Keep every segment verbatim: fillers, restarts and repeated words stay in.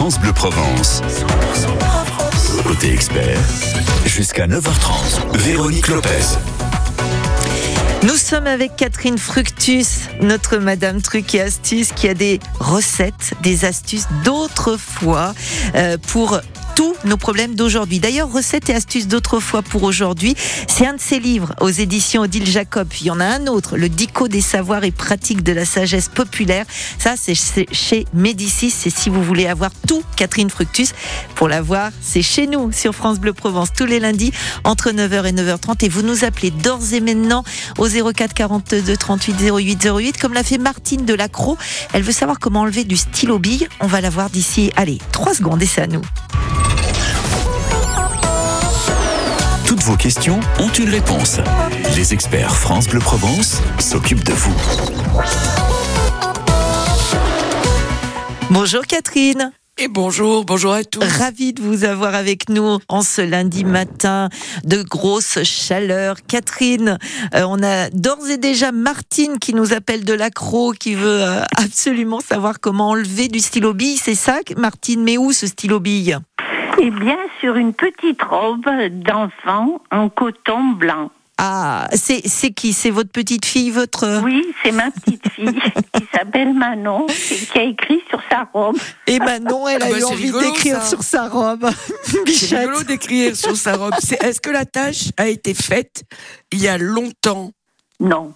France Bleu Provence. Côté expert, jusqu'à neuf heures trente, Véronique Lopez. Nous sommes avec Catherine Fructus, notre Madame Truc et Astuces, qui a des recettes, des astuces d'autrefois euh, pour tous nos problèmes d'aujourd'hui. D'ailleurs, recettes et astuces d'autrefois pour aujourd'hui, c'est un de ses livres aux éditions Odile Jacob. Il y en a un autre, le Dico des savoirs et pratiques de la sagesse populaire. Ça, c'est chez Médicis. Et si vous voulez avoir tout, Catherine Fructus, pour l'avoir, c'est chez nous, sur France Bleu Provence, tous les lundis, entre neuf heures et neuf heures trente. Et vous nous appelez d'ores et maintenant au zéro quatre quarante-deux trente-huit zéro huit zéro huit, comme l'a fait Martine de Lacro. Elle veut savoir comment enlever du stylo bille. On va la voir d'ici, allez, trois secondes, et c'est à nous. Toutes vos questions ont une réponse. Les experts France Bleu Provence s'occupent de vous. Bonjour Catherine. Et bonjour, bonjour à tous. Ravie de vous avoir avec nous en ce lundi matin de grosse chaleur. Catherine, euh, on a d'ores et déjà Martine qui nous appelle de l'Accro, qui veut euh, absolument savoir comment enlever du stylo bille. C'est ça, Martine? Mais où ce stylo bille? Eh bien, sur une petite robe d'enfant en coton blanc. Ah, c'est, c'est qui? C'est votre petite fille, votre... Oui, c'est ma petite fille qui s'appelle Manon et qui a écrit sur sa robe. Et Manon, elle a Ah bah eu c'est envie rigolo, d'écrire ça. sur sa robe. C'est Bichette. rigolo d'écrire sur sa robe. C'est, est-ce que la tâche a été faite il y a longtemps? Non,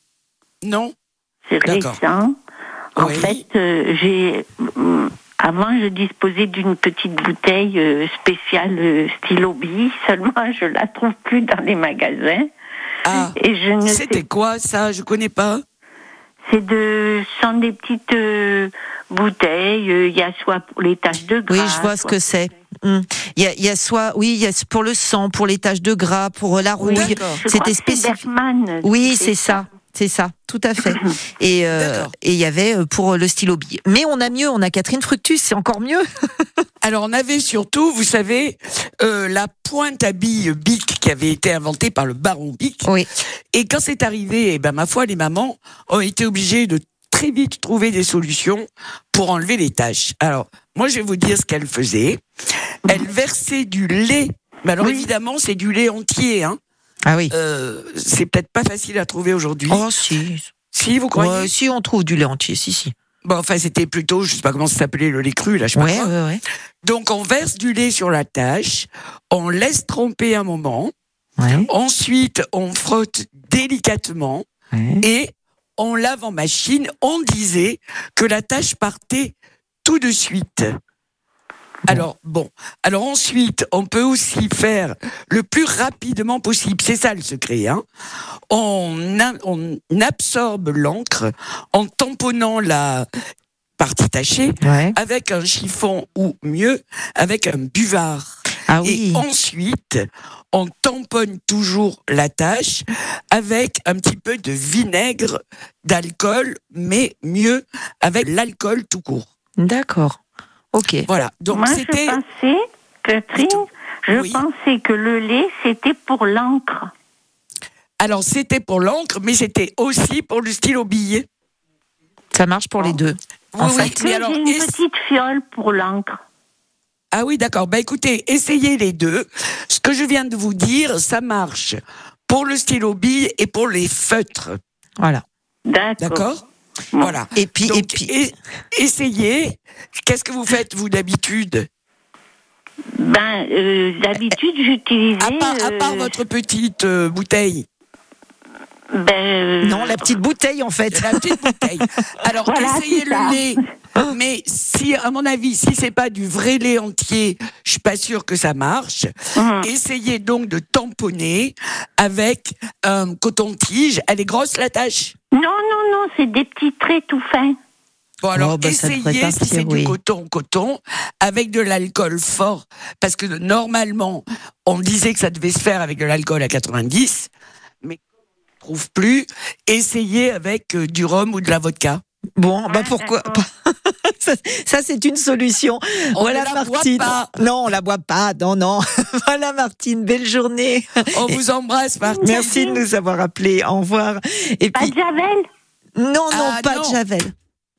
Non? c'est D'accord. récent. En Oui. fait, euh, j'ai... euh, avant, je disposais d'une petite bouteille euh, spéciale euh, stylo bille. Seulement, je la trouve plus dans les magasins. Ah, Et je ne c'était sais quoi ça? Je connais pas. C'est de, ce sont des petites euh, bouteilles. euh, Il y a soit pour les taches de gras. Oui, je vois ce soit- que c'est. Hum. Il y a, il y a soit, oui, il y a pour le sang, pour les taches de gras, pour la rouille. Oui, d'accord. Je crois C'était que c'est spécifique. Bergman Oui, qui c'est fait ça. C'est ça, tout à fait. Et euh, D'accord. et il y avait euh, pour le stylo bille. Mais on a mieux, on a Catherine Fructus, c'est encore mieux. Alors on avait surtout, vous savez, euh, la pointe à billes Bic qui avait été inventée par le baron Bic. Oui. Et quand c'est arrivé, eh ben, ma foi, les mamans ont été obligées de très vite trouver des solutions pour enlever les taches. Alors, moi, je vais vous dire ce qu'elle faisait. Elle versait du lait. Mais alors, Oui. évidemment, c'est du lait entier. Hein. Ah oui. Euh, c'est peut-être pas facile à trouver aujourd'hui. Oh si. Si, vous croyez? Ouais, si on trouve du lait entier, si si. Bon, enfin, c'était plutôt, je sais pas comment ça s'appelait, le lait cru, là, je sais pas Ouais, quoi. ouais, ouais. Donc, on verse du lait sur la tache, on laisse tremper un moment, Ouais, ensuite, on frotte délicatement, ouais. et on lave en machine. On disait que la tâche partait tout de suite. Alors, bon. Alors ensuite, on peut aussi faire le plus rapidement possible. C'est ça le secret, hein. On, a- on absorbe l'encre en tamponnant la partie tachée Ouais. avec un chiffon ou mieux, avec un buvard. Ah oui. Et ensuite, on tamponne toujours la tache avec un petit peu de vinaigre, d'alcool, mais mieux avec l'alcool tout court. D'accord. Ok. Voilà. Donc Moi, c'était. je pensais, Catherine, je Oui. pensais que le lait, c'était pour l'encre. Alors c'était pour l'encre, mais c'était aussi pour le stylo bille. Ça marche pour les deux. En Oui, oui, fait. Que mais alors, j'ai une est-ce- petite fiole pour l'encre. Ah oui, d'accord. Bah écoutez, essayez les deux. Ce que je viens de vous dire, ça marche pour le stylo bille et pour les feutres. Voilà. D'accord. D'accord. Bon. Voilà. Et puis, Donc, et puis. e- essayez. Qu'est-ce que vous faites, vous, d'habitude? Ben, euh, d'habitude, j'utilisais... À part, à part euh, votre petite euh, bouteille. ben, euh, Non, la petite bouteille en fait. La petite bouteille. Alors, Voilà, essayez c'est ça. le lait. Mais si, à mon avis, si c'est pas du vrai lait entier, je suis pas sûre que ça marche. hum. Essayez donc de tamponner avec un coton-tige. Elle est grosse, la tâche? Non, non, non, c'est des petits traits tout fins. Bon, alors, Oh, bah, ça devrait essayez, si partir, c'est oui. du coton, coton, avec de l'alcool fort. Parce que normalement, on disait que ça devait se faire avec de l'alcool à quatre-vingt-dix. Mais on ne trouve plus. Essayez avec euh, du rhum ou de la vodka. Bon, bah Ah, pourquoi d'accord. pas. ça, ça, c'est une solution. On voilà ne la boit Martine. pas. Non, on la boit pas. Non, non. Voilà Martine, belle journée. On vous embrasse, Martine. Merci de nous avoir appelés. Au revoir. Et Pas puis de javel? non, non, Ah, pas non. de javel.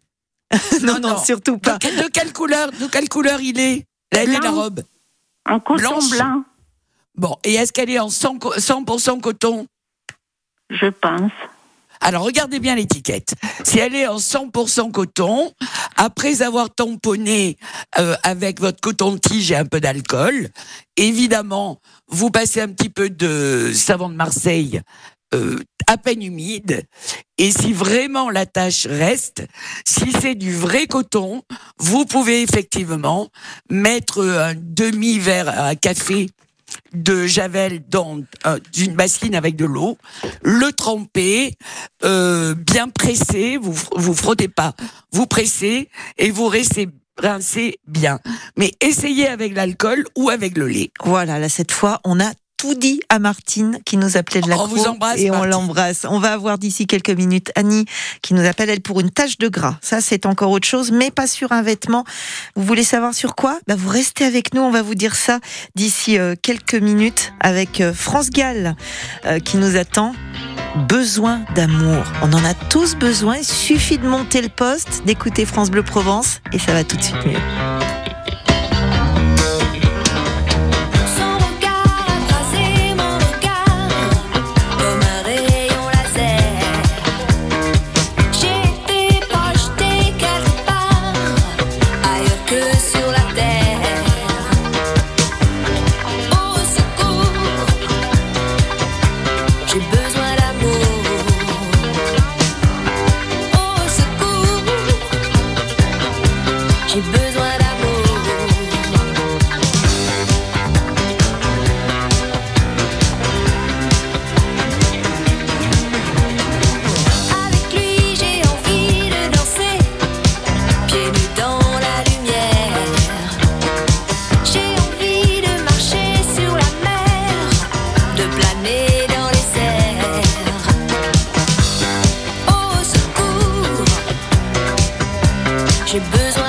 non, non, non, surtout pas. De, de quelle couleur, de quelle couleur il est? Elle est la robe. En coton Blanche. blanc. Bon, et est-ce qu'elle est en cent pour cent coton? Je pense. Alors, regardez bien l'étiquette. Si elle est en cent pour cent coton, après avoir tamponné euh, avec votre coton-tige et un peu d'alcool, évidemment, vous passez un petit peu de savon de Marseille euh, à peine humide. Et si vraiment la tache reste, si c'est du vrai coton, vous pouvez effectivement mettre un demi-verre à café de javel dans euh, une bassine avec de l'eau, le tremper, euh, bien presser, vous vous frottez pas, vous pressez et vous restez rincez bien. Mais essayez avec l'alcool ou avec le lait. Voilà, là cette fois, on a tout dit à Martine qui nous appelait de la On vous embrasse, et Martine. on l'embrasse. On va avoir d'ici quelques minutes Annie qui nous appelle elle pour une tache de gras. Ça c'est encore autre chose, mais pas sur un vêtement. Vous voulez savoir sur quoi? Bah vous restez avec nous, on va vous dire ça d'ici euh, quelques minutes avec euh, France Gall euh, qui nous attend. Besoin d'amour. On en a tous besoin. Il suffit de monter le poste, d'écouter France Bleu Provence et ça va tout de suite mieux. J'ai besoin d'amour. Avec lui j'ai envie de danser, pieds nus dans la lumière. J'ai envie de marcher sur la mer, de planer dans les airs. Au secours, j'ai besoin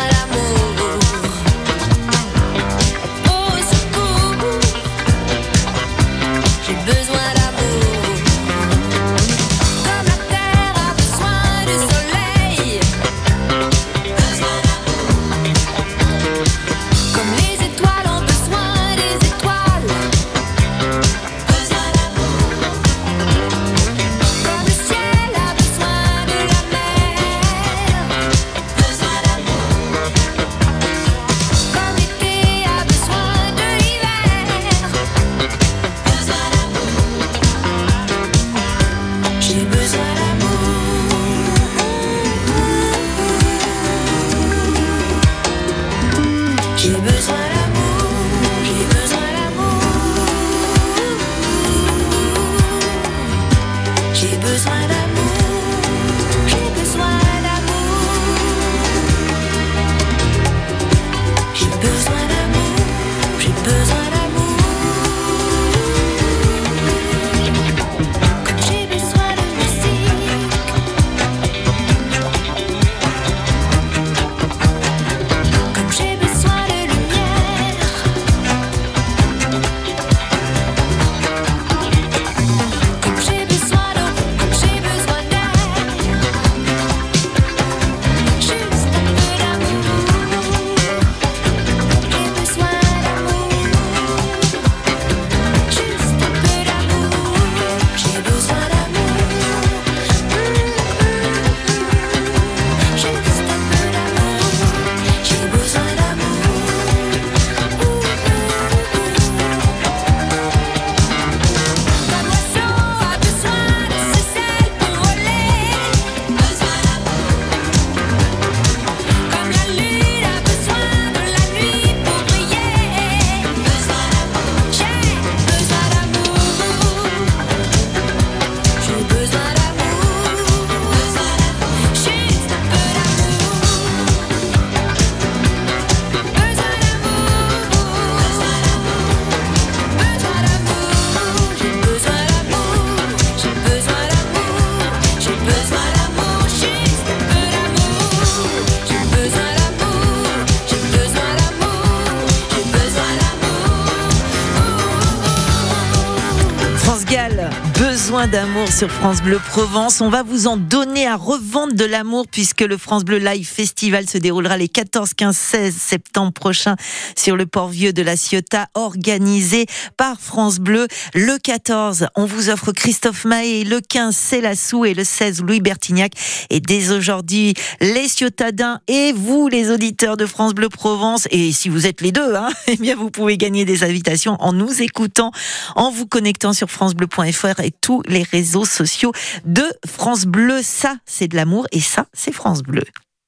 besoin d'amour sur France Bleu Provence. On va vous en donner à revendre de l'amour puisque le France Bleu Live Festival se déroulera les quatorze, quinze, seize septembre prochains sur le port vieux de la Ciotat, organisé par France Bleu. Le quatorze, on vous offre Christophe Maé. Le quinze, c'est Lassou et le seize, Louis Bertignac. Et dès aujourd'hui, les Ciotadins et vous, les auditeurs de France Bleu Provence, et si vous êtes les deux, hein, eh bien vous pouvez gagner des invitations en nous écoutant, en vous connectant sur francebleu point f r et tous les réseaux sociaux de France Bleu. Ça, c'est de l'amour et ça, c'est France Bleu.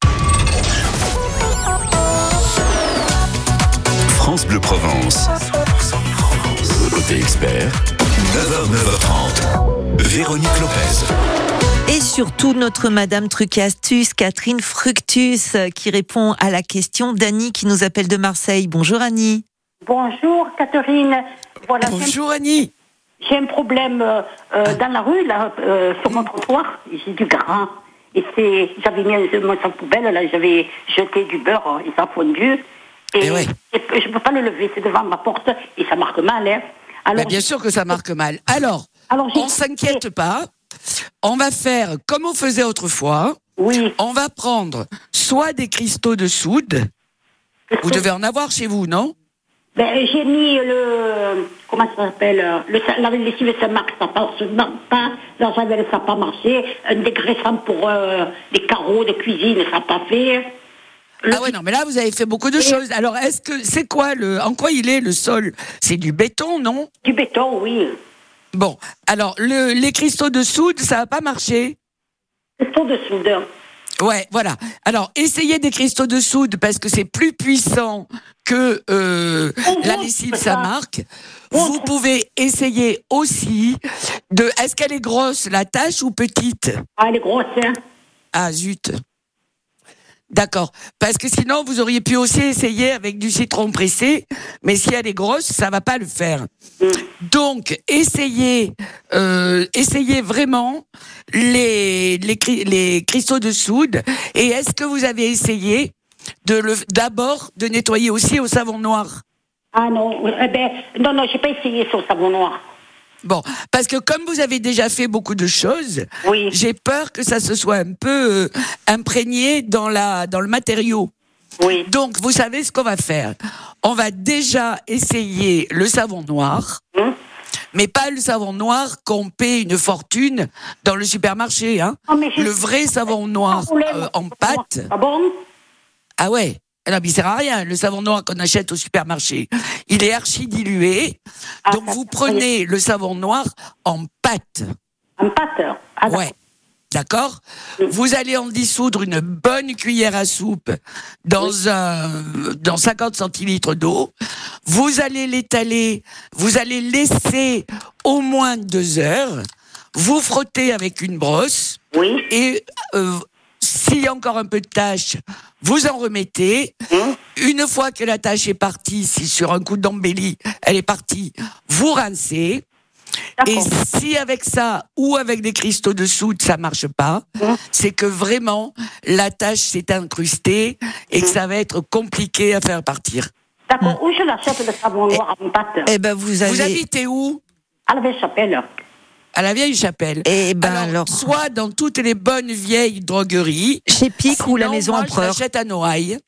France Bleu Provence. Côté expert, neuf heures, neuf heures trente. Véronique Lopez. Et surtout notre Madame Truc et Astuce, Catherine Fructus, qui répond à la question d'Annie qui nous appelle de Marseille. Bonjour Annie. Bonjour Catherine. Voilà, Bonjour Annie. J'ai un problème euh, euh, dans la rue, là, euh, sur mon trottoir. J'ai du grain. Et c'est, j'avais mis un- mon sac poubelle, là, j'avais jeté du beurre et ça a fondu. Et, Eh ouais. et je ne peux pas le lever, c'est devant ma porte et ça marque mal. Hein. Alors, Bah, bien sûr que ça marque mal. Alors, alors j'ai- on s'inquiète pas. On va faire comme on faisait autrefois. Oui. On va prendre soit des cristaux de soude. Vous devez en avoir chez vous, non? Ben, j'ai mis le. Comment ça s'appelle euh, le, La lessive Saint-Marc, ça passe pas. La javel, ça n'a pas marché. Un dégraissant pour euh, les carreaux de cuisine, ça n'a pas fait. Le- Ah ouais, non, mais là, vous avez fait beaucoup de choses. Alors, est-ce que c'est quoi le, en quoi il est le sol? C'est du béton, non? Du béton, oui. Bon, alors le, les cristaux de soude, ça n'a pas marché. Cristaux de soude. Ouais, voilà. Alors, essayez des cristaux de soude parce que c'est plus puissant que euh, Oh, la oh, lessive c'est ça. Saint-Marc. Oh, Vous c'est- pouvez essayer aussi de. Est-ce qu'elle est grosse, la tache, ou petite? Ah, elle est grosse, hein. Ah, zut. D'accord. Parce que sinon, vous auriez pu aussi essayer avec du citron pressé, mais si elle est grosse, ça va pas le faire. Donc, essayez, euh, essayez vraiment les, les, cri- les cristaux de soude. Et est-ce que vous avez essayé de le, d'abord de nettoyer aussi au savon noir? Ah non, eh ben, non, non, j'ai pas essayé sur le savon noir. Bon, parce que comme vous avez déjà fait beaucoup de choses, Oui. j'ai peur que ça se soit un peu euh, imprégné dans la, dans le matériau. Oui. Donc, vous savez ce qu'on va faire. On va déjà essayer le savon noir, Hum. mais pas le savon noir qu'on paie une fortune dans le supermarché. Hein. Ah, mais j'ai- Le vrai savon noir Pas de problème. euh, en pâte. Ah bon? Ah ouais. Non, mais il sert à rien, le savon noir qu'on achète au supermarché. Il est archi dilué. Ah, Donc, ça- vous prenez le savon noir en pâte. En pâte. Ah, Ouais. D'accord? Vous allez en dissoudre une bonne cuillère à soupe dans un, dans cinquante centilitres d'eau. Vous allez l'étaler, vous allez laisser au moins deux heures. Vous frottez avec une brosse Oui. et, euh, s'il y a encore un peu de tache, vous en remettez. Hum. Une fois que la tache est partie, si sur un coup d'embellie, elle est partie, vous rincez. Et D'accord. si avec ça ou avec des cristaux de soude ça marche pas, Hum. c'est que vraiment la tache s'est incrustée et que ça va être compliqué à faire partir. D'accord. Où je l'achète le savon noir en pâte? Eh ben vous avez. Vous habitez où? À la vieille chapelle. À la Vieille Chapelle. Eh ben alors. soit dans toutes les bonnes vieilles drogueries, Chez Pic ou la sinon, Maison moi, Empereur. je l'achète à Noailles.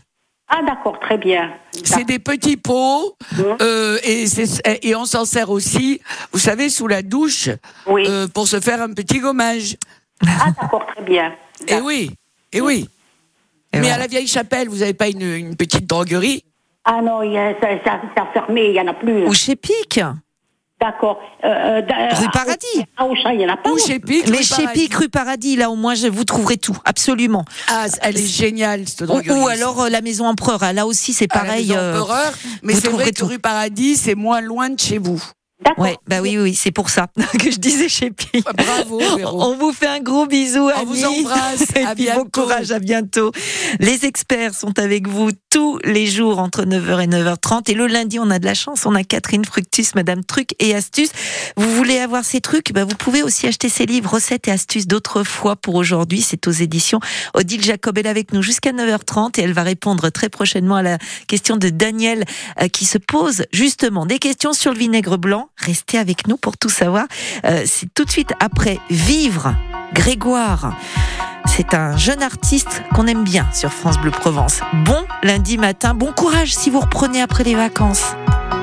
Ah d'accord, très bien. C'est des petits pots Hum. euh, et, c'est- et on s'en sert aussi, vous savez, sous la douche Oui. euh, pour se faire un petit gommage. Ah d'accord, très bien. Eh oui, eh oui. Et Mais voilà. à la Vieille Chapelle, vous n'avez pas une, une petite droguerie? Ah non, il y a- ça, ça, ça a fermé, il n'y en a plus. Ou chez Pic. D'accord. Euh, euh, da- Rue à- Paradis. À Auchan, il n'y en a pas. Ou chez Pic? Mais rue chez Paradis. Pic, rue Paradis, là au moins je, vous trouverez tout, absolument. Ah, elle est géniale, cette Ou, droguerie. ou alors euh, la Maison Empereur, hein, là aussi c'est À la pareil. Maison euh, Empereur, mais vous c'est trouverez vrai que tout. rue Paradis, c'est moins loin de chez vous. D'accord. Ouais, bah oui, oui, oui, c'est pour ça que je disais chez Pic. Bravo, Véro. On vous fait un gros bisou, On vous Annie. embrasse. Et À puis bon bientôt. courage, à bientôt. Les experts sont avec vous tous les jours entre neuf heures et neuf heures trente. Et le lundi, on a de la chance. On a Catherine Fructus, Madame Truc et Astuces. Vous voulez avoir ces trucs? Bah, vous pouvez aussi acheter ces livres, recettes et astuces d'autrefois pour aujourd'hui. C'est aux éditions Odile Jacob. Elle est avec nous jusqu'à neuf heures trente et elle va répondre très prochainement à la question de Daniel euh, qui se pose justement des questions sur le vinaigre blanc. Restez avec nous pour tout savoir. Euh, c'est tout de suite après Vivre, Grégoire. C'est un jeune artiste qu'on aime bien sur France Bleu Provence. Bon lundi matin, bon courage si vous reprenez après les vacances.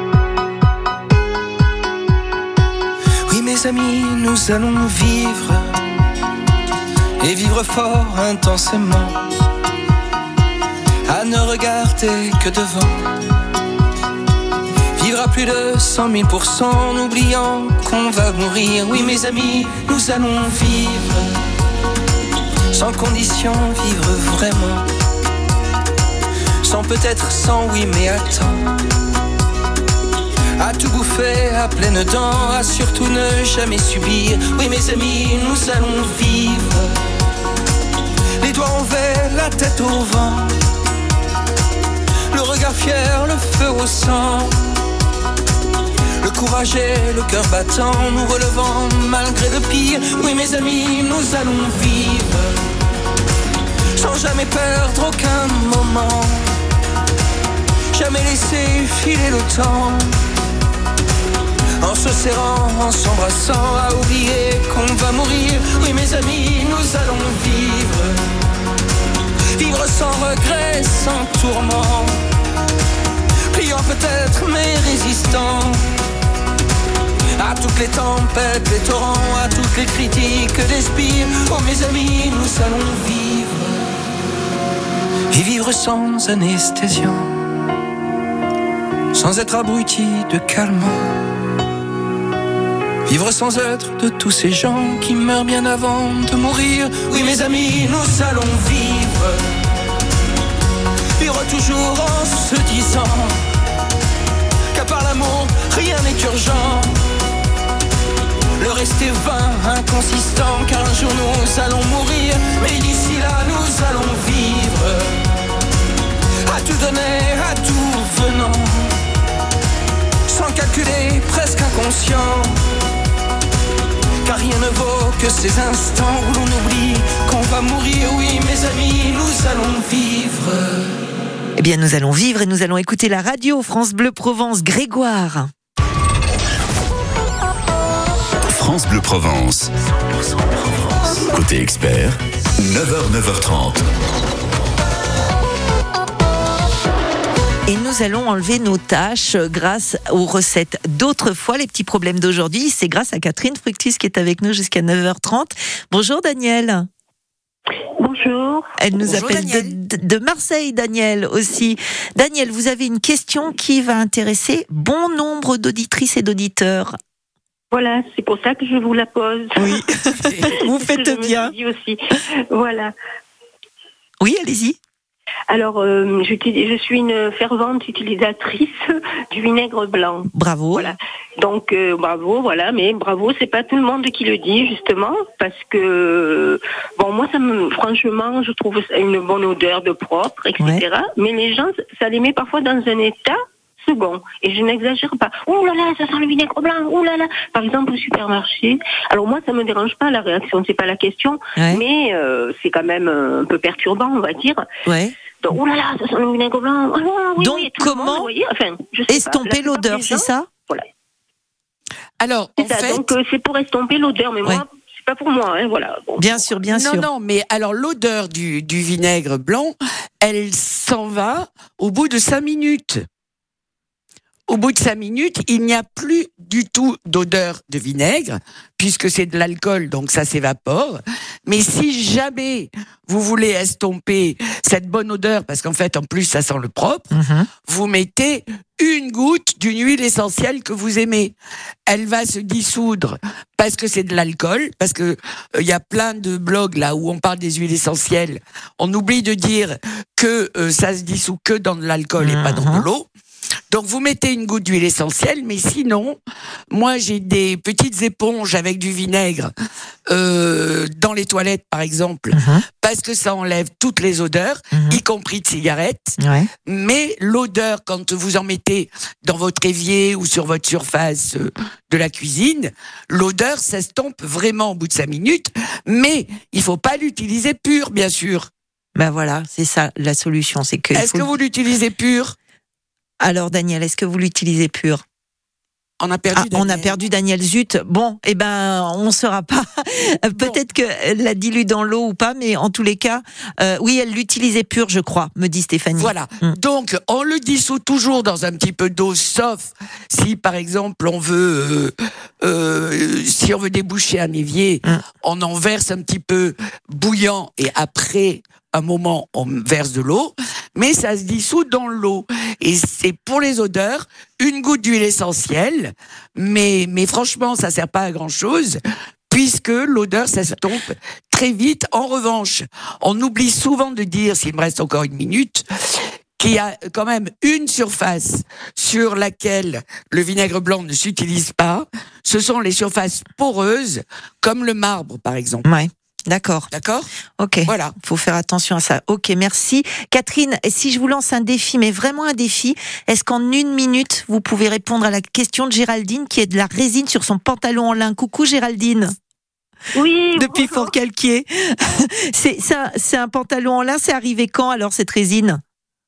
Oui mes amis, nous allons vivre et vivre fort intensément, à ne regarder que devant, vivre à plus de cent mille pour cent en oubliant qu'on va mourir. Oui mes amis, nous allons vivre sans condition, vivre vraiment, sans peut-être, sans oui mais attends, à tout bouffer à pleines dents, à surtout ne jamais subir. Oui mes amis, nous allons vivre les doigts envers, la tête au vent, le regard fier, le feu au sang, le courage et le cœur battant, nous relevant malgré le pire. Oui mes amis, nous allons vivre sans jamais perdre aucun moment, jamais laisser filer le temps, en se serrant, en s'embrassant, à oublier qu'on va mourir. Oui mes amis, nous allons vivre, vivre sans regret, sans tourment, pliant peut-être mais résistant à toutes les tempêtes, les torrents, à toutes les critiques des spires. Oh mes amis, nous allons vivre et vivre sans anesthésion, sans être abruti de calmant, vivre sans être de tous ces gens qui meurent bien avant de mourir. Oui mes amis, nous allons vivre, vivre toujours en se disant qu'à part l'amour, rien n'est urgent, le reste est vain, inconsistant, car un jour nous allons mourir. Mais d'ici là nous allons vivre, à tout donner, à tout venant, sans calculer, presque inconscient, car rien ne vaut que ces instants où l'on oublie qu'on va mourir. Oui mes amis, nous allons vivre. Eh bien nous allons vivre et nous allons écouter la radio France Bleu Provence. Grégoire. France Bleu Provence. Côté expert, neuf heures neuf heures trente. Et nous allons enlever nos tâches grâce aux recettes d'autrefois. Les petits problèmes d'aujourd'hui, c'est grâce à Catherine Fructus qui est avec nous jusqu'à neuf heures trente. Bonjour Daniel. Bonjour. Elle nous Bonjour, appelle Daniel. de, de Marseille, Daniel aussi. Daniel, vous avez une question qui va intéresser bon nombre d'auditrices et d'auditeurs. Voilà, c'est pour ça que je vous la pose. Oui, vous C'est ce que faites je me bien. suis dit aussi. Voilà. Oui, allez-y. Alors, euh, j'utilise- je suis une fervente utilisatrice du vinaigre blanc. Bravo. Voilà. Donc, euh, bravo, voilà. Mais bravo, c'est pas tout le monde qui le dit, justement, parce que, bon, moi, ça me, franchement, je trouve ça une bonne odeur de propre, et cetera. Mais les gens, ça les met parfois dans un état second. Et je n'exagère pas. Ouh là là, ça sent le vinaigre blanc. Ouh là là. Par exemple, au supermarché. Alors moi, ça me dérange pas la réaction, c'est pas la question. Ouais. Mais euh, c'est quand même un peu perturbant, on va dire. Ouais. Donc, ouh là là, ça sent le vinaigre blanc. Ah, oui, Donc, oui, tout le comment monde, vous voyez, enfin, je sais pas, la Estomper plupart l'odeur, des c'est gens, ça? Voilà. Alors, C'est en ça. fait, Donc euh, c'est pour estomper l'odeur, mais Ouais. moi, c'est pas pour moi, hein, voilà. Bon. Bien sûr, bien non, sûr. non, mais alors l'odeur du, du vinaigre blanc, elle s'en va au bout de cinq minutes. Au bout de cinq minutes, il n'y a plus du tout d'odeur de vinaigre, puisque c'est de l'alcool, donc ça s'évapore. Mais si jamais vous voulez estomper cette bonne odeur, parce qu'en fait, en plus, ça sent le propre, Mhm. vous mettez une goutte d'une huile essentielle que vous aimez. Elle va se dissoudre parce que c'est de l'alcool, parce que il euh, y a plein de blogs là où on parle des huiles essentielles. On oublie de dire que euh, ça se dissout que dans de l'alcool et pas dans de l'eau. Donc vous mettez une goutte d'huile essentielle, mais sinon, moi j'ai des petites éponges avec du vinaigre euh, dans les toilettes par exemple, Mhm. parce que ça enlève toutes les odeurs, Mhm. y compris de cigarettes. Ouais. Mais l'odeur, quand vous en mettez dans votre évier ou sur votre surface euh, de la cuisine, l'odeur s'estompe vraiment au bout de cinq minutes, mais il faut pas l'utiliser pur, bien sûr. Ben voilà, c'est ça la solution. C'est que. il Est-ce faut- que vous l'utilisez pur? Alors Daniel, est-ce que vous l'utilisez pur? On a perdu Ah, on a perdu Daniel, zut. Bon, eh ben, on ne saura pas. Peut-être qu'elle l'a dilué dans l'eau ou pas, mais en tous les cas, euh, oui, elle l'utilisait pure, je crois, me dit Stéphanie. Voilà. Mm. Donc, on le dissout toujours dans un petit peu d'eau, sauf si, par exemple, on veut, euh, euh, si on veut déboucher un évier, mm. on en verse un petit peu bouillant et après, un moment, on verse de l'eau, mais ça se dissout dans l'eau. Et c'est pour les odeurs, une goutte d'huile essentielle, mais, mais franchement, ça sert pas à grand chose, puisque l'odeur s'estompe très vite. En revanche, on oublie souvent de dire, s'il me reste encore une minute, qu'il y a quand même une surface sur laquelle le vinaigre blanc ne s'utilise pas. Ce sont les surfaces poreuses, comme le marbre, par exemple. Ouais. D'accord. D'accord ? Ok. Voilà. Faut faire attention à ça. Ok, merci. Catherine, si je vous lance un défi, mais vraiment un défi, est-ce qu'en une minute, vous pouvez répondre à la question de Géraldine qui est de la résine sur son pantalon en lin? Coucou Géraldine. Oui. Depuis bonjour. Fort-Calquier. c'est, c'est, un, c'est un pantalon en lin, c'est arrivé quand alors cette résine?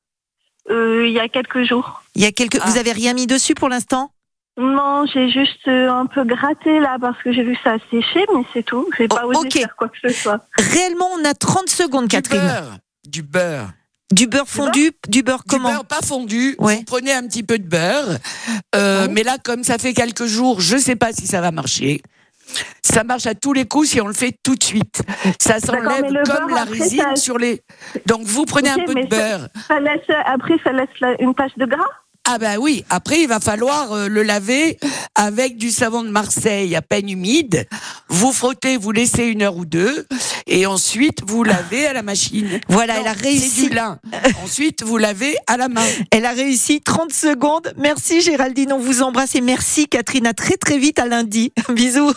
Euh, Il y a quelques jours. Il y a quelques... Ah. Vous avez rien mis dessus pour l'instant? Non, j'ai juste euh, un peu gratté là parce que j'ai vu ça sécher, mais c'est tout. J'ai pas Oh, osé ok. faire quoi que ce soit. Réellement, on a trente secondes, Catherine. Du beurre. Du beurre. Du beurre fondu, du beurre comment? Du beurre pas fondu. Ouais. Vous prenez un petit peu de beurre. Euh, Ouais. Mais là, comme ça fait quelques jours, je sais pas si ça va marcher. Ça marche à tous les coups si on le fait tout de suite. Ça s'enlève mais le comme beurre, la après, résine ça- sur les... Donc vous prenez Ok, un peu mais de beurre. Ça laisse, après, ça laisse la- une tache de gras. Ah ben oui, après il va falloir euh, le laver avec du savon de Marseille à peine humide. Vous frottez, vous laissez une heure ou deux et ensuite vous lavez à la machine. Voilà, Non, elle a réussi. C'est du lin. Ensuite vous lavez à la main. Elle a réussi, trente secondes. Merci Géraldine, on vous embrasse et merci Catherine. À très très vite, à lundi. Bisous.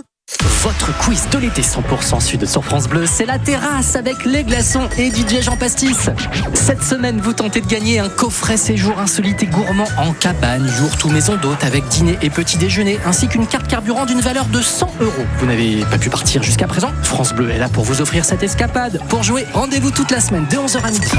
Votre quiz de l'été cent pour cent Sud sur France Bleu, c'est la terrasse avec les glaçons et D J Jean Pastis. Cette semaine, vous tentez de gagner un coffret séjour insolite et gourmand en cabane, jour tout maison d'hôte avec dîner et petit déjeuner, ainsi qu'une carte carburant d'une valeur de cent euros. Vous n'avez pas pu partir jusqu'à présent? France Bleu est là pour vous offrir cette escapade. Pour jouer, rendez-vous toute la semaine de onze heures à midi.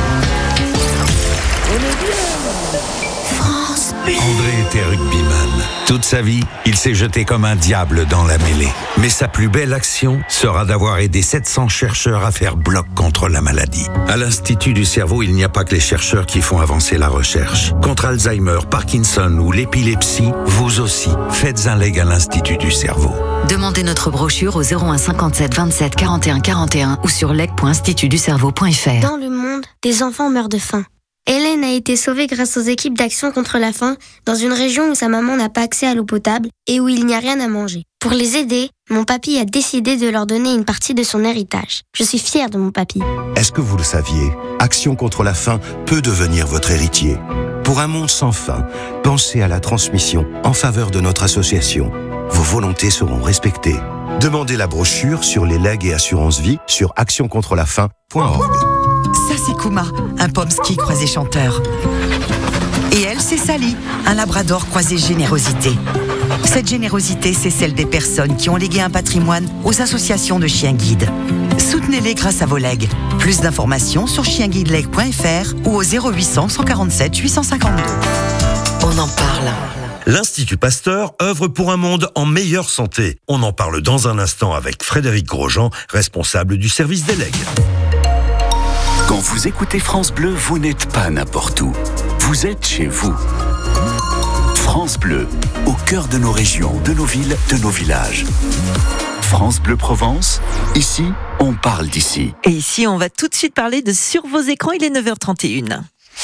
André était rugbyman. Toute sa vie, il s'est jeté comme un diable dans la mêlée. Mais sa plus belle action sera d'avoir aidé sept cents chercheurs à faire bloc contre la maladie. À l'Institut du cerveau, il n'y a pas que les chercheurs qui font avancer la recherche. Contre Alzheimer, Parkinson ou l'épilepsie, vous aussi, faites un leg à l'Institut du cerveau. Demandez notre brochure au zéro un cinquante-sept vingt-sept quarante et un quarante et un ou sur leg point institut du cerveau point f r. Dans le monde, des enfants meurent de faim. Hélène a été sauvée grâce aux équipes d'action contre la faim dans une région où sa maman n'a pas accès à l'eau potable et où il n'y a rien à manger. Pour les aider, mon papy a décidé de leur donner une partie de son héritage. Je suis fière de mon papy. Est-ce que vous le saviez? Action contre la faim peut devenir votre héritier. Pour un monde sans faim, pensez à la transmission en faveur de notre association. Vos volontés seront respectées. Demandez la brochure sur les legs et assurances vie sur action contre la faim point org. Ça, c'est Kuma, un pomsky croisé chanteur. Et elle, c'est Sally, un labrador croisé générosité. Cette générosité, c'est celle des personnes qui ont légué un patrimoine aux associations de chiens guides. Soutenez-les grâce à vos legs. Plus d'informations sur chien guide leg point f r ou au zéro huit cents cent quarante-sept huit cent cinquante-deux. On en parle. L'Institut Pasteur œuvre pour un monde en meilleure santé. On en parle dans un instant avec Frédéric Grosjean, responsable du service des legs. Quand vous écoutez France Bleu, vous n'êtes pas n'importe où. Vous êtes chez vous. France Bleu, au cœur de nos régions, de nos villes, de nos villages. France Bleu Provence, ici, on parle d'ici. Et ici, on va tout de suite parler de Sur vos écrans, il est neuf heures trente et une.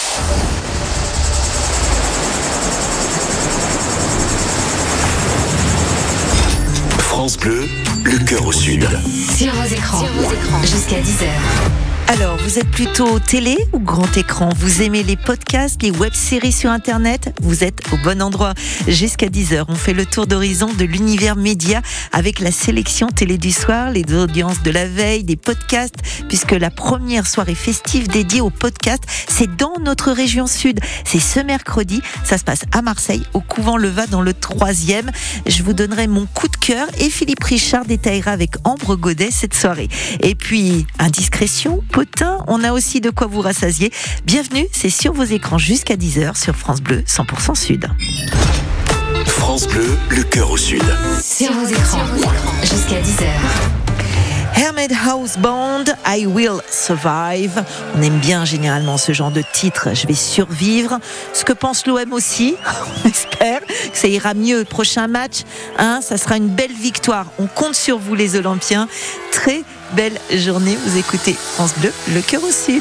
France Bleu, le cœur au sud. Sur vos écrans, jusqu'à dix heures. Alors, vous êtes plutôt télé ou grand écran? Vous aimez les podcasts, les web-séries sur Internet? Vous êtes au bon endroit. Jusqu'à dix heures, on fait le tour d'horizon de l'univers média avec la sélection télé du soir, les audiences de la veille, des podcasts, puisque la première soirée festive dédiée aux podcasts, c'est dans notre région sud. C'est ce mercredi, ça se passe à Marseille, au couvent Leva dans le troisième. Je vous donnerai mon coup de cœur et Philippe Richard détaillera avec Ambre Godet cette soirée. Et puis, indiscrétion, potin, on a aussi de quoi vous rassasier. Bienvenue, c'est sur vos écrans jusqu'à dix heures sur France Bleu cent pour cent Sud. France Bleu, le cœur au sud. Sur vos écrans, jusqu'à dix heures. Hermès House Band, I Will Survive. On aime bien généralement ce genre de titre, je vais survivre. Ce que pense l'O M aussi, on espère que ça ira mieux. Prochain match, hein, ça sera une belle victoire. On compte sur vous les Olympiens. Très belle journée, vous écoutez France Bleu, le cœur au sud.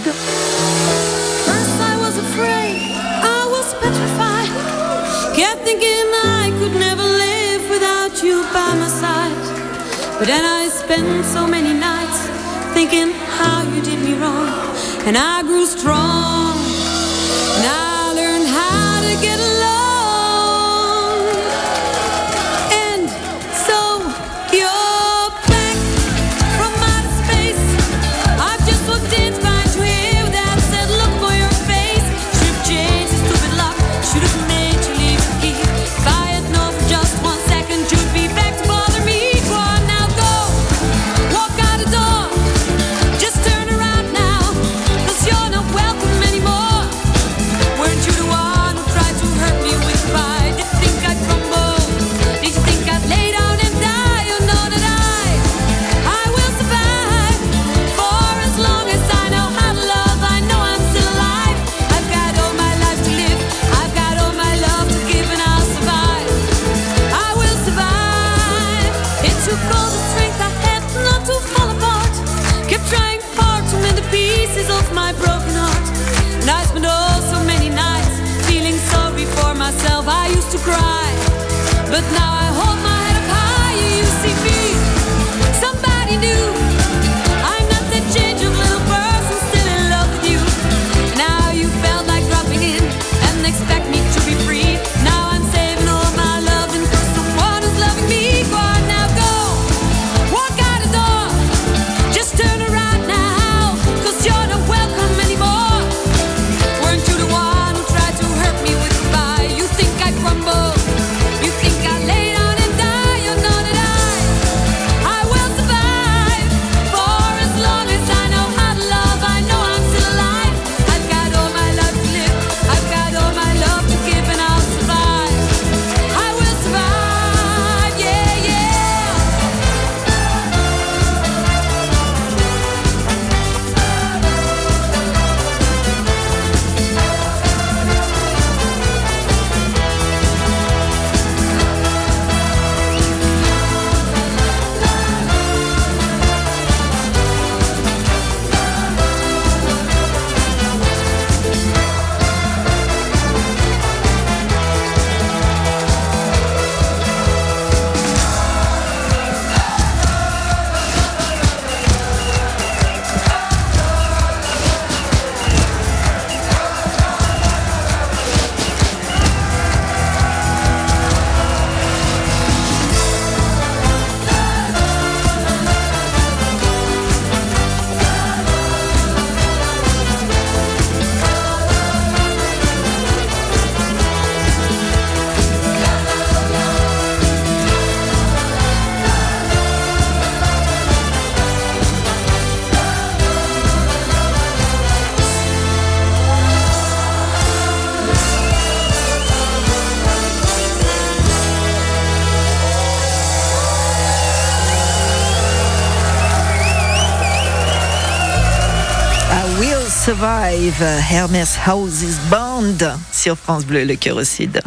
Kept thinking I could never live without you by my side. But then I spent so many nights thinking how you did me wrong. And I grew strong. And I learned how to get along. And so you're back from outer space. I've just walked in to find you here with that said look for your face. Should've changed the stupid lock. Should've made I used to cry, but now I hold my head up high. You see me, somebody new. I'm not that change of little person, still in love with you. Now you felt like dropping in and expect me to be free. Now I'm saving all my love and for someone who's loving me. Go on now, go, walk out the door. Just turn around now, cause you're not welcome anymore. Weren't you the one who tried to hurt me with goodbye? You think I crumble? You think I lay down and die? You know that I, I will survive. For as long as I know how to love, I know I'm still alive. I've got all my life to live. I've got all my love to give, and I'll survive. I will survive, yeah, yeah. I Will Survive, Hermès House Band sur France Bleu, le cœur au sud.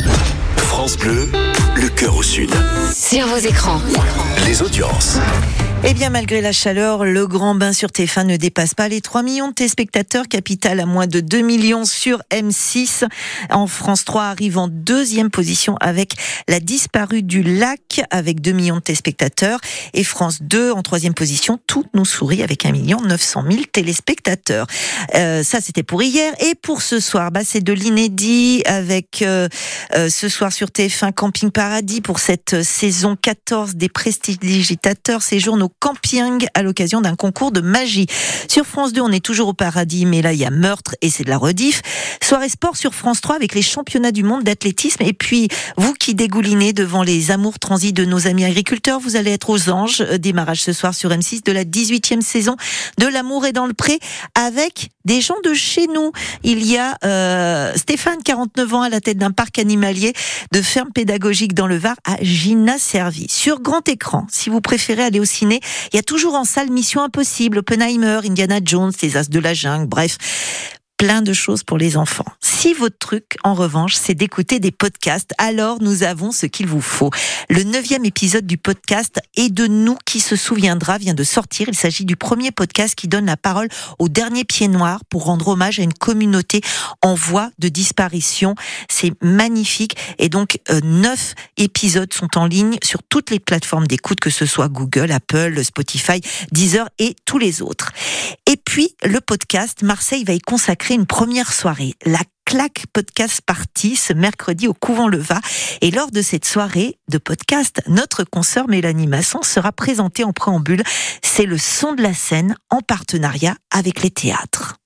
France Bleu, le cœur au sud. Sur vos écrans. Les audiences. Eh bien, malgré la chaleur, le grand bain sur T F un ne dépasse pas les trois millions de téléspectateurs. Capital à moins de deux millions sur M six. En France trois arrive en deuxième position avec La disparue du lac, avec deux millions de téléspectateurs. Et France deux en troisième position, Tout nous sourit, avec un million neuf cent mille téléspectateurs. Euh, ça, c'était pour hier. Et pour ce soir, bah, c'est de l'inédit avec euh, euh, ce soir sur T F un Camping Paradis pour cette saison quatorze des prestidigitateurs. Séjour nos au camping à l'occasion d'un concours de magie. Sur France deux, on est toujours au paradis, mais là, il y a meurtre et c'est de la rediff. Soirée sport sur France trois avec les championnats du monde d'athlétisme. Et puis, vous qui dégoulinez devant les amours transis de nos amis agriculteurs, vous allez être aux anges. Démarrage ce soir sur M six de la dix-huitième saison de L'amour est dans le pré avec des gens de chez nous. Il y a euh, Stéphane, quarante-neuf ans, à la tête d'un parc animalier de ferme pédagogique dans le Var à Gina-Servi. Sur grand écran, si vous préférez aller au ciné, il y a toujours en salle Mission Impossible, Oppenheimer, Indiana Jones, Les As de la Jungle, bref, plein de choses pour les enfants. Si votre truc, en revanche, c'est d'écouter des podcasts, alors nous avons ce qu'il vous faut. Le neuvième épisode du podcast Et de nous qui se souviendra vient de sortir. Il s'agit du premier podcast qui donne la parole au dernier pied noir pour rendre hommage à une communauté en voie de disparition. C'est magnifique. Et donc, euh, neuf épisodes sont en ligne sur toutes les plateformes d'écoute, que ce soit Google, Apple, Spotify, Deezer et tous les autres. Et puis, le podcast, Marseille va y consacrer une première soirée. La Claque Podcast Party ce mercredi au Couvent Le Va. Et lors de cette soirée de podcast, notre consoeur Mélanie Masson sera présentée en préambule. C'est le son de la scène en partenariat avec les théâtres.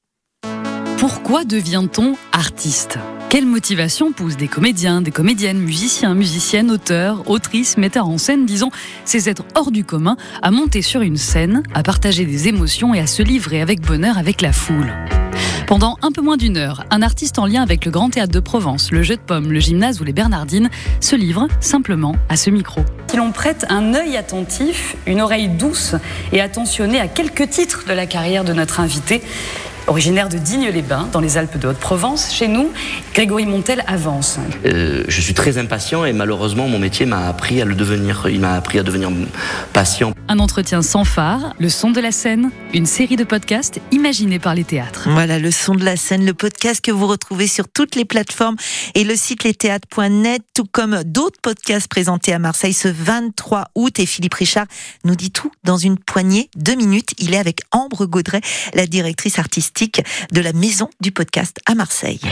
Pourquoi devient-on artiste ? Quelle motivation pousse des comédiens, des comédiennes, musiciens, musiciennes, auteurs, autrices, metteurs en scène, disons, ces êtres hors du commun, à monter sur une scène, à partager des émotions et à se livrer avec bonheur avec la foule ? Pendant un peu moins d'une heure, un artiste en lien avec le Grand Théâtre de Provence, le Jeu de Pommes, le Gymnase ou les Bernardines se livre simplement à ce micro. Si l'on prête un œil attentif, une oreille douce et attentionnée à quelques titres de la carrière de notre invité, originaire de Digne-les-Bains, dans les Alpes de Haute-Provence, chez nous, Grégory Montel avance. Euh, je suis très impatient et malheureusement, mon métier m'a appris à le devenir. Il m'a appris à devenir patient. Un entretien sans phare, le son de la scène, une série de podcasts imaginés par les théâtres. Voilà, le son de la scène, le podcast que vous retrouvez sur toutes les plateformes et le site les théâtres point net, tout comme d'autres podcasts présentés à Marseille ce vingt-trois août. Et Philippe Richard nous dit tout dans une poignée de minutes. Il est avec Ambre Gaudret, la directrice artistique de la maison du podcast à Marseille.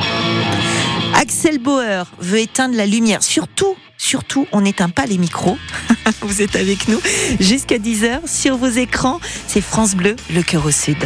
Axel Bauer veut éteindre la lumière. Surtout, surtout, on n'éteint pas les micros. Vous êtes avec nous jusqu'à dix heures sur vos écrans. C'est France Bleu, le cœur au sud.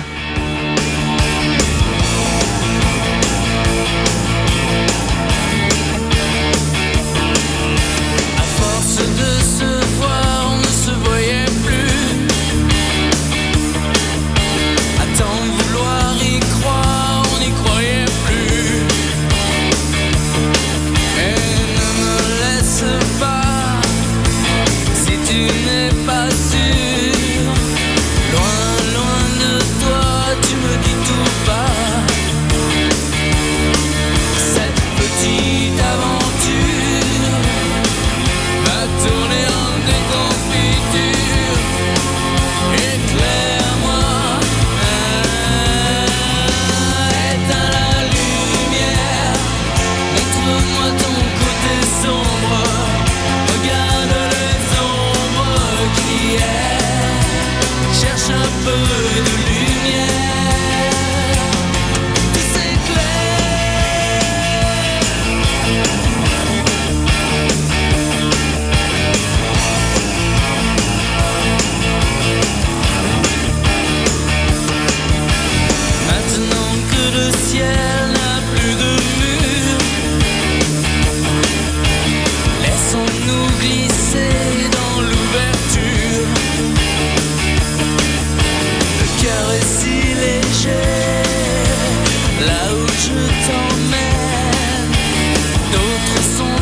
Là où je t'emmène, d'autres sont